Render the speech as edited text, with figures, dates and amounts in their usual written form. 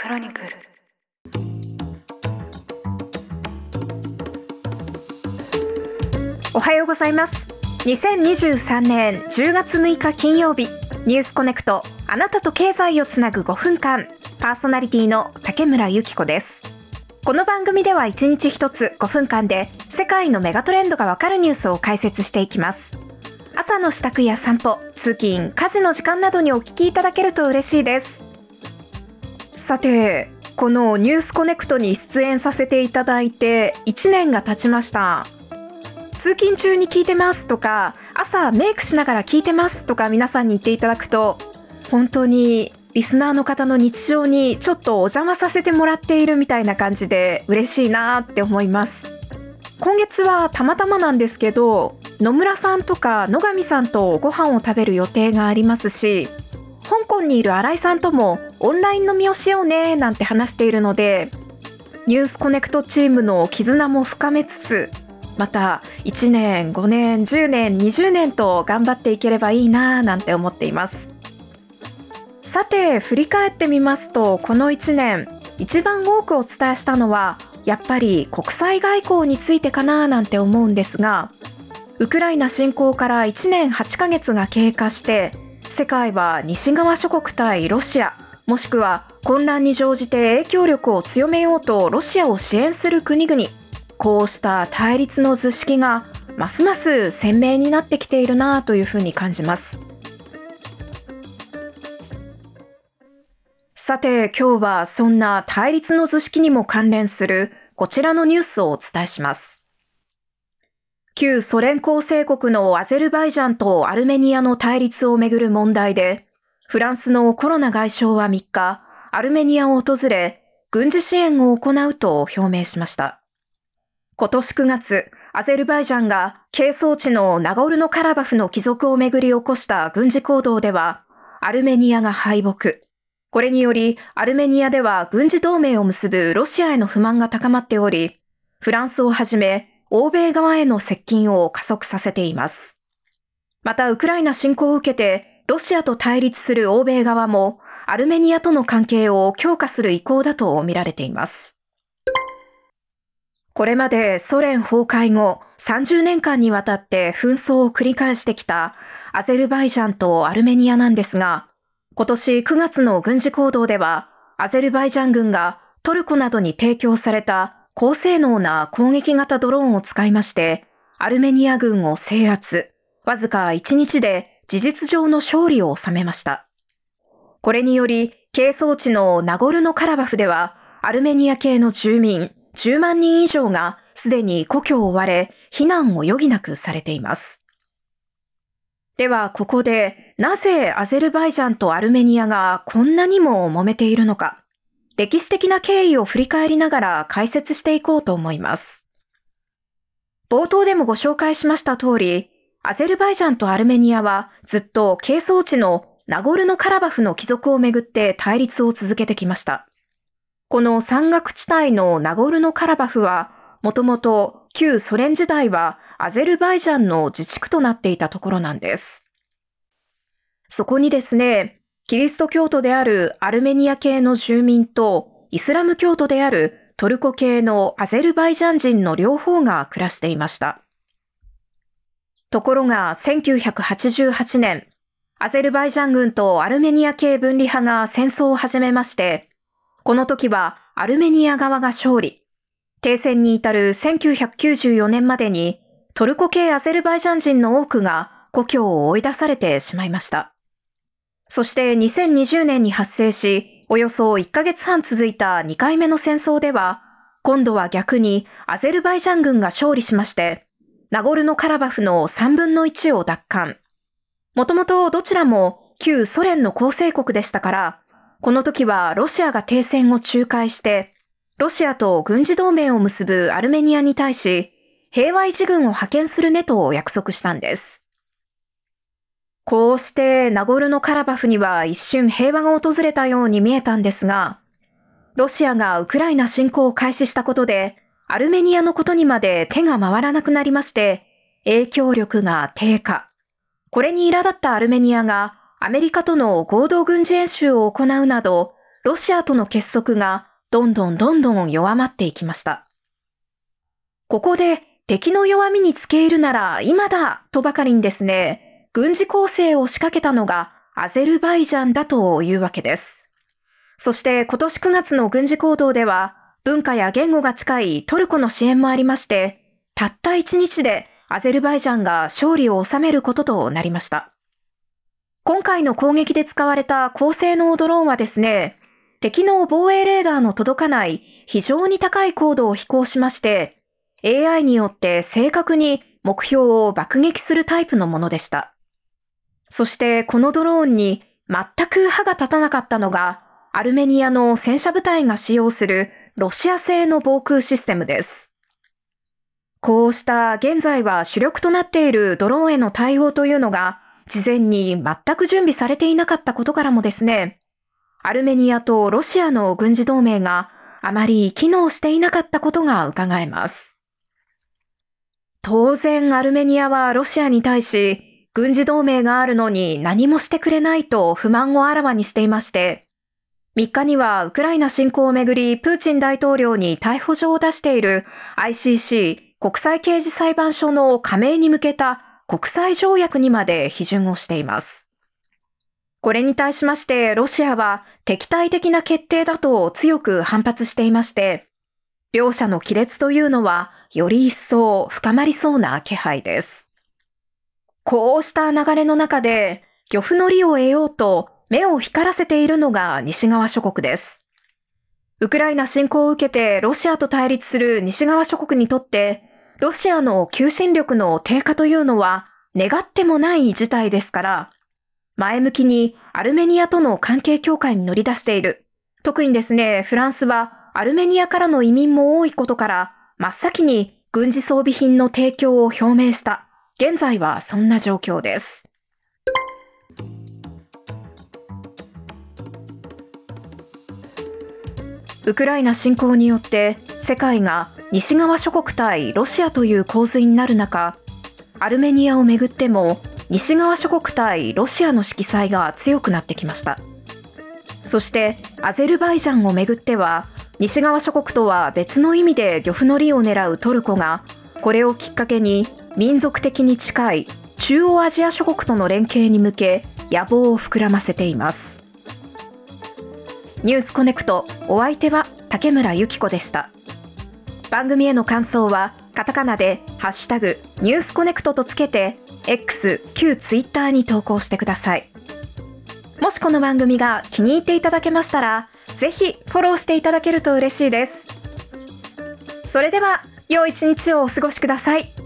クロニクル。おはようございます。2023年10月6日金曜日、ニュースコネクト、あなたと経済をつなぐ5分間、パーソナリティの竹村由紀子です。この番組では1日1つ5分間で世界のメガトレンドがわかるニュースを解説していきます。朝の支度や散歩、通勤、家事の時間などにお聞きいただけると嬉しいです。さて、このニュースコネクトに出演させていただいて1年が経ちました。通勤中に聞いてますとか、朝メイクしながら聞いてますとか皆さんに言っていただくと、本当にリスナーの方の日常にちょっとお邪魔させてもらっているみたいな感じで嬉しいなって思います。今月はたまたまなんですけど、野村さんとか野上さんとご飯を食べる予定がありますし、香港にいる新井さんともオンライン飲みをしようねなんて話しているので、ニュースコネクトチームの絆も深めつつ、また1年、5年、10年、20年と頑張っていければいいななんて思っています。さて、振り返ってみますと、この1年一番多くお伝えしたのはやっぱり国際外交についてかななんて思うんですが、ウクライナ侵攻から1年8ヶ月が経過して、世界は西側諸国対ロシア、もしくは混乱に乗じて影響力を強めようとロシアを支援する国々、こうした対立の図式がますます鮮明になってきているなというふうに感じます。さて、今日はそんな対立の図式にも関連するこちらのニュースをお伝えします。旧ソ連構成国のアゼルバイジャンとアルメニアの対立をめぐる問題で、フランスのコロナ外相は3日、アルメニアを訪れ、軍事支援を行うと表明しました。今年9月、アゼルバイジャンが係争地のナゴルノカラバフの帰属をめぐり起こした軍事行動では、アルメニアが敗北。これにより、アルメニアでは軍事同盟を結ぶロシアへの不満が高まっており、フランスをはじめ、欧米側への接近を加速させています。また、ウクライナ侵攻を受けて、ロシアと対立する欧米側も、アルメニアとの関係を強化する意向だと見られています。これまでソ連崩壊後、30年間にわたって紛争を繰り返してきたアゼルバイジャンとアルメニアなんですが、今年9月の軍事行動では、アゼルバイジャン軍がトルコなどに提供された高性能な攻撃型ドローンを使いまして、アルメニア軍を制圧、わずか1日で事実上の勝利を収めました。これにより、係争地のナゴルノカラバフでは、アルメニア系の住民10万人以上がすでに故郷を追われ、避難を余儀なくされています。では、ここで、なぜアゼルバイジャンとアルメニアがこんなにも揉めているのか、歴史的な経緯を振り返りながら解説していこうと思います。冒頭でもご紹介しました通り、アゼルバイジャンとアルメニアはずっと係争地のナゴルノカラバフの帰属をめぐって対立を続けてきました。この山岳地帯のナゴルノカラバフは、もともと旧ソ連時代はアゼルバイジャンの自治区となっていたところなんです。そこにですね、キリスト教徒であるアルメニア系の住民とイスラム教徒であるトルコ系のアゼルバイジャン人の両方が暮らしていました。ところが1988年、アゼルバイジャン軍とアルメニア系分離派が戦争を始めまして、この時はアルメニア側が勝利。停戦に至る1994年までにトルコ系アゼルバイジャン人の多くが故郷を追い出されてしまいました。そして2020年に発生し、およそ1ヶ月半続いた2回目の戦争では、今度は逆にアゼルバイジャン軍が勝利しまして、ナゴルノカラバフの3分の1を奪還。もともとどちらも旧ソ連の構成国でしたから、この時はロシアが停戦を仲介して、ロシアと軍事同盟を結ぶアルメニアに対し、平和維持軍を派遣するねと約束したんです。こうしてナゴルノカラバフには一瞬平和が訪れたように見えたんですが、ロシアがウクライナ侵攻を開始したことで、アルメニアのことにまで手が回らなくなりまして、影響力が低下。これに苛立ったアルメニアがアメリカとの合同軍事演習を行うなど、 ロシアとの結束がどんどん弱まっていきました。ここで敵の弱みにつけ入るなら今だとばかりにですね、軍事攻勢を仕掛けたのがアゼルバイジャンだというわけです。そして今年9月の軍事行動では文化や言語が近いトルコの支援もありまして、たった1日でアゼルバイジャンが勝利を収めることとなりました。今回の攻撃で使われた高性能ドローンはですね、敵の防衛レーダーの届かない非常に高い高度を飛行しまして、AI によって正確に目標を爆撃するタイプのものでした。そしてこのドローンに全く歯が立たなかったのが、アルメニアの戦車部隊が使用するロシア製の防空システムです。こうした現在は主力となっているドローンへの対応というのが、事前に全く準備されていなかったことからもですね、アルメニアとロシアの軍事同盟があまり機能していなかったことが伺えます。当然アルメニアはロシアに対し、軍事同盟があるのに何もしてくれないと不満をあらわにしていまして、3日にはウクライナ侵攻をめぐりプーチン大統領に逮捕状を出している ICC 国際刑事裁判所の加盟に向けた国際条約にまで批准をしています。これに対しましてロシアは敵対的な決定だと強く反発していまして、両者の亀裂というのはより一層深まりそうな気配です。こうした流れの中で漁夫の利を得ようと目を光らせているのが西側諸国です。ウクライナ侵攻を受けてロシアと対立する西側諸国にとって、ロシアの求心力の低下というのは願ってもない事態ですから、前向きにアルメニアとの関係強化に乗り出している。特にですね、フランスはアルメニアからの移民も多いことから、真っ先に軍事装備品の提供を表明した。現在はそんな状況です。ウクライナ侵攻によって世界が西側諸国対ロシアという構図になる中、アルメニアをめぐっても西側諸国対ロシアの色彩が強くなってきました。そしてアゼルバイジャンをめぐっては、西側諸国とは別の意味で漁夫の利を狙うトルコが、これをきっかけに民族的に近い中央アジア諸国との連携に向け野望を膨らませています。ニュースコネクト、お相手は竹村由紀子でした。番組への感想はカタカナでハッシュタグニュースコネクトとつけて X 旧ツイッターに投稿してください。もしこの番組が気に入っていただけましたら、ぜひフォローしていただけると嬉しいです。それでは良い一日をお過ごしください。